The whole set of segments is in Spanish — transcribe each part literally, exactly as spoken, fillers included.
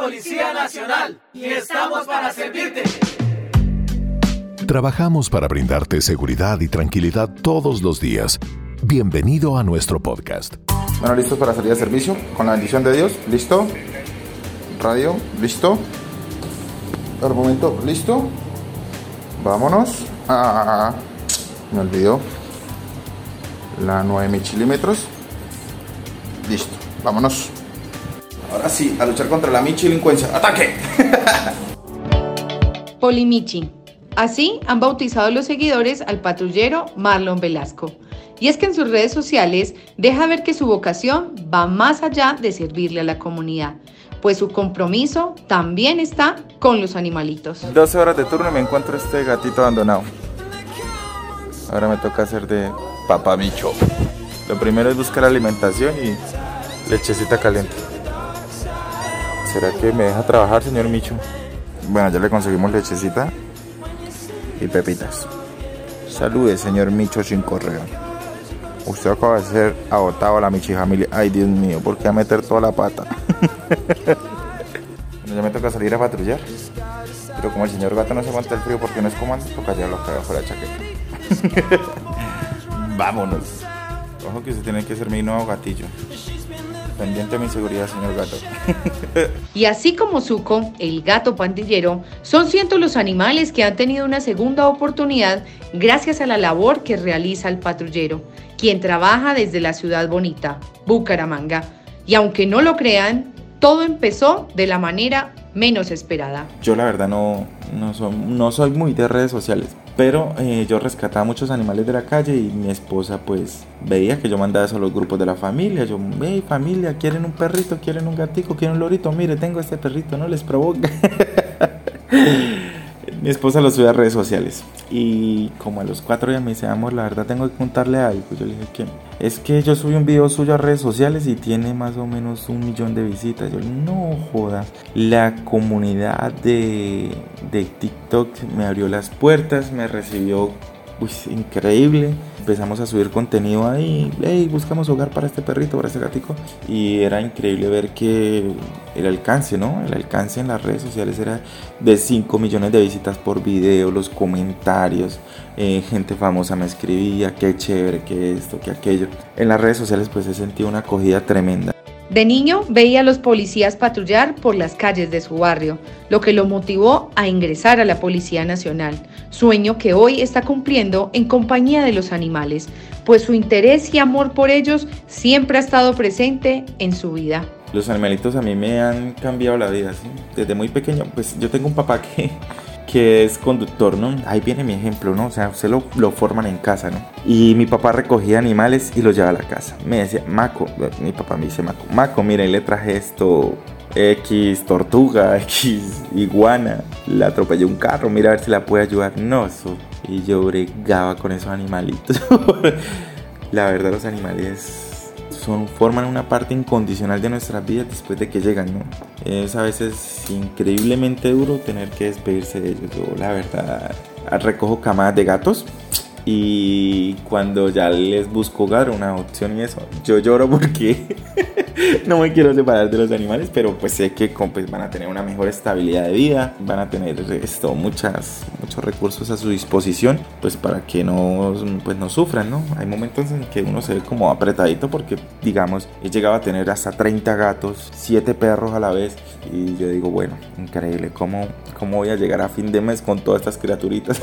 Policía Nacional y estamos para servirte. Trabajamos para brindarte seguridad y tranquilidad todos los días. Bienvenido a nuestro podcast. Bueno, listos para salir a servicio, con la bendición de Dios. ¿Listo? Radio, ¿listo? Argumento, ¿listo? Vámonos. Ah, me olvidó. La nueve milímetros. Listo, vámonos. Ahora sí, a luchar contra la michilincuencia. ¡Ataque! Polimichi. Así han bautizado los seguidores al patrullero Marlon Velasco. Y es que en sus redes sociales deja ver que su vocación va más allá de servirle a la comunidad, pues su compromiso también está con los animalitos. doce horas de turno y me encuentro este gatito abandonado. Ahora me toca hacer de papá Micho. Lo primero es buscar alimentación y lechecita caliente. ¿Será que me deja trabajar, señor Micho? Bueno, ya le conseguimos lechecita y pepitas. Salude, señor Micho sin correo. Usted acaba de ser agotado a la Michi familia. Ay, Dios mío, ¿por qué va a meter toda la pata? Bueno, ya me toca salir a patrullar. Pero como el señor gato no se aguanta el frío porque no es comando, toca llevarlo acá abajo de la chaqueta. Vámonos. Ojo que usted tiene que ser mi nuevo gatillo. Pendiente de mi seguridad, señor gato. Y así como Zuko, el gato pandillero, son cientos los animales que han tenido una segunda oportunidad gracias a la labor que realiza el patrullero, quien trabaja desde la ciudad bonita, Bucaramanga. Y aunque no lo crean, todo empezó de la manera menos esperada. Yo la verdad no, no, soy, no soy muy de redes sociales, pero eh, yo rescataba muchos animales de la calle y mi esposa pues veía que yo mandaba eso a los grupos de la familia. Yo, hey familia, ¿quieren un perrito? ¿Quieren un gatico? ¿Quieren un lorito? Mire, tengo este perrito, no les provoca. Mi esposa lo sube a redes sociales y como a los cuatro días me dice, amor, la verdad tengo que contarle algo. Yo le dije, ¿qué? Es que yo subí un video suyo a redes sociales y tiene más o menos un millón de visitas. Yo, no joda. La comunidad de, de TikTok me abrió las puertas, me recibió pues, increíble. Empezamos a subir contenido ahí, hey, buscamos hogar para este perrito, para este gatico. Y era increíble ver que el alcance, ¿no? El alcance en las redes sociales era de cinco millones de visitas por video, los comentarios, eh, gente famosa me escribía, qué chévere, qué esto, qué aquello. En las redes sociales pues he sentido una acogida tremenda. De niño veía a los policías patrullar por las calles de su barrio, lo que lo motivó a ingresar a la Policía Nacional, sueño que hoy está cumpliendo en compañía de los animales, pues su interés y amor por ellos siempre ha estado presente en su vida. Los animalitos a mí me han cambiado la vida, ¿sí? Desde muy pequeño, pues yo tengo un papá que... que es conductor, ¿no? Ahí viene mi ejemplo, ¿no? O sea, usted lo, lo forman en casa, ¿no? Y mi papá recogía animales y los llevaba a la casa. Me decía, Maco, mi papá me dice, Maco, Maco, mire, le traje esto, X tortuga, X iguana, le atropellé un carro, mira a ver si la puede ayudar. No, eso. Y yo bregaba con esos animalitos. La verdad, los animales... Son, forman una parte incondicional de nuestras vidas después de que llegan, ¿no? Es a veces increíblemente duro tener que despedirse de ellos. Yo, la verdad, recojo camadas de gatos y cuando ya les busco hogar, una opción y eso, yo lloro porque no me quiero separar de los animales, pero pues sé que pues, van a tener una mejor estabilidad de vida, van a tener esto, muchas, muchos recursos a su disposición, pues para que no, pues, no sufran, ¿no? Hay momentos en que uno se ve como apretadito porque, digamos, he llegado a tener hasta treinta gatos, siete perros a la vez y yo digo, bueno, increíble, ¿cómo, cómo voy a llegar a fin de mes con todas estas criaturitas?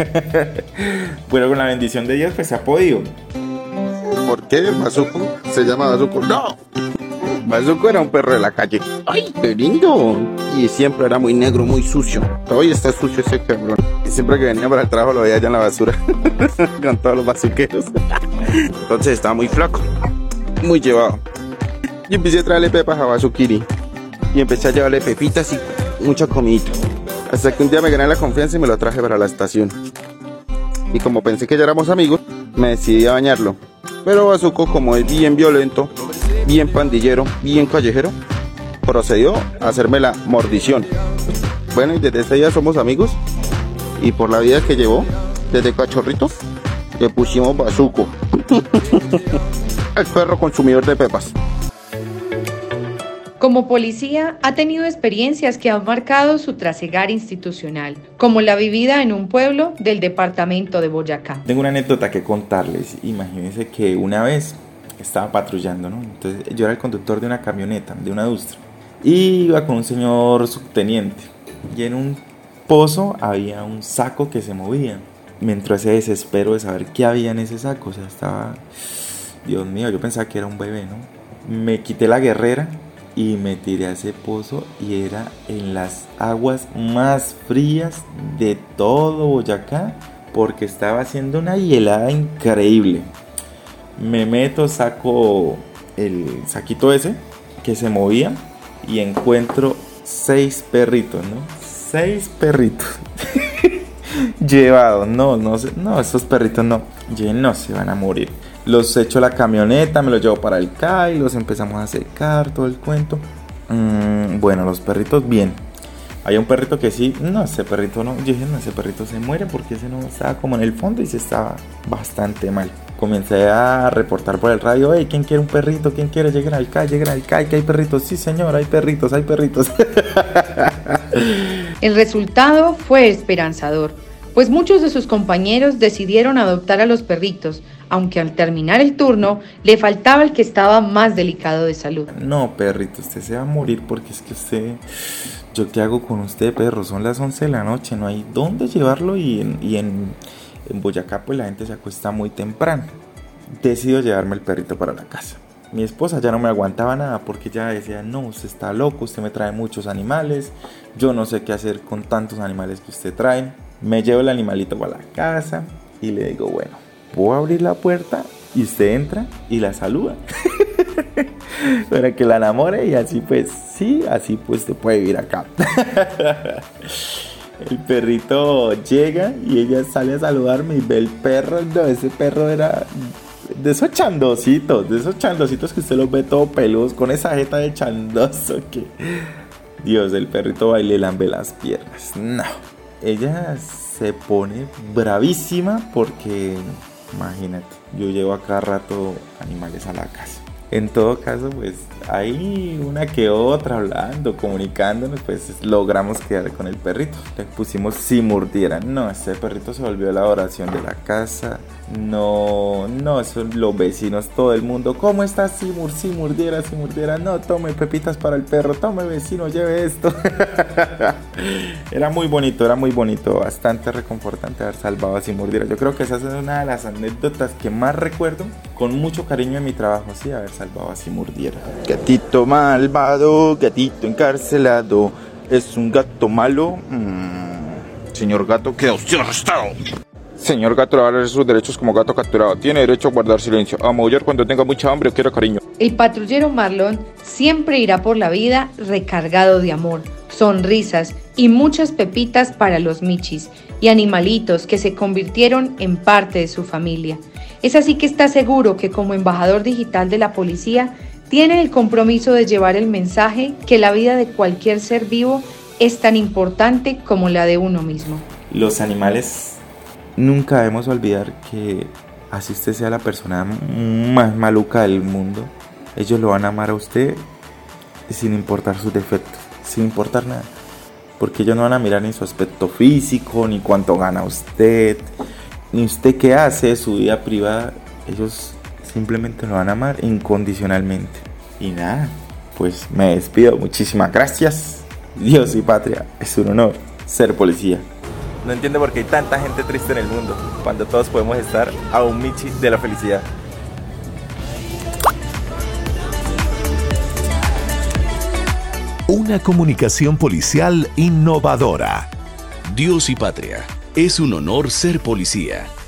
Bueno, con la bendición de Dios, pues se ha podido. ¿Por qué Bazuco se llama Bazuco? ¡No! Bazuco era un perro de la calle. ¡Ay, qué lindo! Y siempre era muy negro, muy sucio. Todavía está sucio ese cabrón. Y siempre que venía para el trabajo lo veía allá en la basura. Con todos los bazuqueros. Entonces estaba muy flaco. Muy llevado. Y empecé a traerle pepas a Bazukiri. Y empecé a llevarle pepitas y mucha comida. Hasta que un día me gané la confianza y me lo traje para la estación. Y como pensé que ya éramos amigos, me decidí a bañarlo. Pero Bazuco, como es bien violento, bien pandillero, bien callejero, procedió a hacerme la mordición. Bueno, y desde ese día somos amigos. Y por la vida que llevó, desde cachorrito, le pusimos Bazuco. El perro consumidor de pepas. Como policía, ha tenido experiencias que han marcado su trasegar institucional, como la vivida en un pueblo del departamento de Boyacá. Tengo una anécdota que contarles. Imagínense que una vez estaba patrullando, ¿no? Entonces yo era el conductor de una camioneta, de una Dustra, y iba con un señor subteniente, y en un pozo había un saco que se movía. Me entró ese desespero de saber qué había en ese saco. O sea, estaba... Dios mío, yo pensaba que era un bebé, ¿no? Me quité la guerrera y me tiré a ese pozo, y era en las aguas más frías de todo Boyacá, porque estaba haciendo una helada increíble. Me meto, saco el saquito ese que se movía y encuentro seis perritos, ¿no? Seis perritos llevados. No, no sé, no, esos perritos no, no se van a morir. Los echo a la camioneta, me los llevo para el C A I, los empezamos a secar, todo el cuento. Mm, bueno, los perritos bien. Había un perrito que sí, no, ese perrito no, yo dije, no, ese perrito se muere porque ese no estaba como en el fondo y se estaba bastante mal. Comencé a reportar por el radio, hey, ¿quién quiere un perrito? ¿Quién quiere? Lleguen al C A I, lleguen al C A I, que hay perritos. Sí, señor, hay perritos, hay perritos. El resultado fue esperanzador, pues muchos de sus compañeros decidieron adoptar a los perritos, aunque al terminar el turno le faltaba el que estaba más delicado de salud. No, perrito, usted se va a morir porque es que usted... ¿Yo qué hago con usted, perro? Son las once de la noche, no hay dónde llevarlo, y en, y en, en Boyacá pues la gente se acuesta muy temprano. Decido llevarme el perrito para la casa. Mi esposa ya no me aguantaba nada porque ya decía, no, usted está loco, usted me trae muchos animales, yo no sé qué hacer con tantos animales que usted trae. Me llevo el animalito para la casa y le digo, bueno, voy a abrir la puerta y usted entra y la saluda para que la enamore, y así pues, sí, así pues te puede vivir acá. El perrito llega y ella sale a saludarme y ve el perro. No, ese perro era de esos chandositos, de esos chandositos que usted los ve todo peludos, con esa jeta de chandoso que... Dios, el perrito va y le lambe las piernas. No, ella se pone bravísima porque, imagínate, yo llevo a cada rato animales a la casa. En todo caso, pues ahí una que otra hablando, comunicándonos, pues logramos quedar con el perrito. Le pusimos si mordiera. No, ese perrito se volvió la adoración de la casa. No, no, son los vecinos, todo el mundo. ¿Cómo estás, Simur? Si mordiera, si mordiera. No, tome pepitas para el perro. Tome, vecino, lleve esto. Era muy bonito, era muy bonito. Bastante reconfortante haber salvado a si mordiera. Yo creo que esa es una de las anécdotas que más recuerdo con mucho cariño en mi trabajo. Sí, haber salvado a si mordiera. Gatito malvado, gatito encarcelado. ¿Es un gato malo? Mm, señor gato, queda usted arrestado. Señor gato, le va a dar sus derechos como gato capturado. Tiene derecho a guardar silencio, a maullar cuando tenga mucha hambre o quiera cariño. El patrullero Marlon siempre irá por la vida recargado de amor, sonrisas y muchas pepitas para los michis y animalitos que se convirtieron en parte de su familia. Es así que está seguro que como embajador digital de la policía tiene el compromiso de llevar el mensaje que la vida de cualquier ser vivo es tan importante como la de uno mismo. Los animales, nunca debemos olvidar que así usted sea la persona más maluca del mundo, ellos lo van a amar a usted sin importar sus defectos, sin importar nada, porque ellos no van a mirar ni su aspecto físico, ni cuánto gana usted, ni usted qué hace de su vida privada. Ellos simplemente lo van a amar incondicionalmente. Y nada, pues me despido. Muchísimas gracias. Dios y patria, es un honor ser policía. No entiendo por qué hay tanta gente triste en el mundo, cuando todos podemos estar a un michi de la felicidad. Una comunicación policial innovadora. Dios y patria, es un honor ser policía.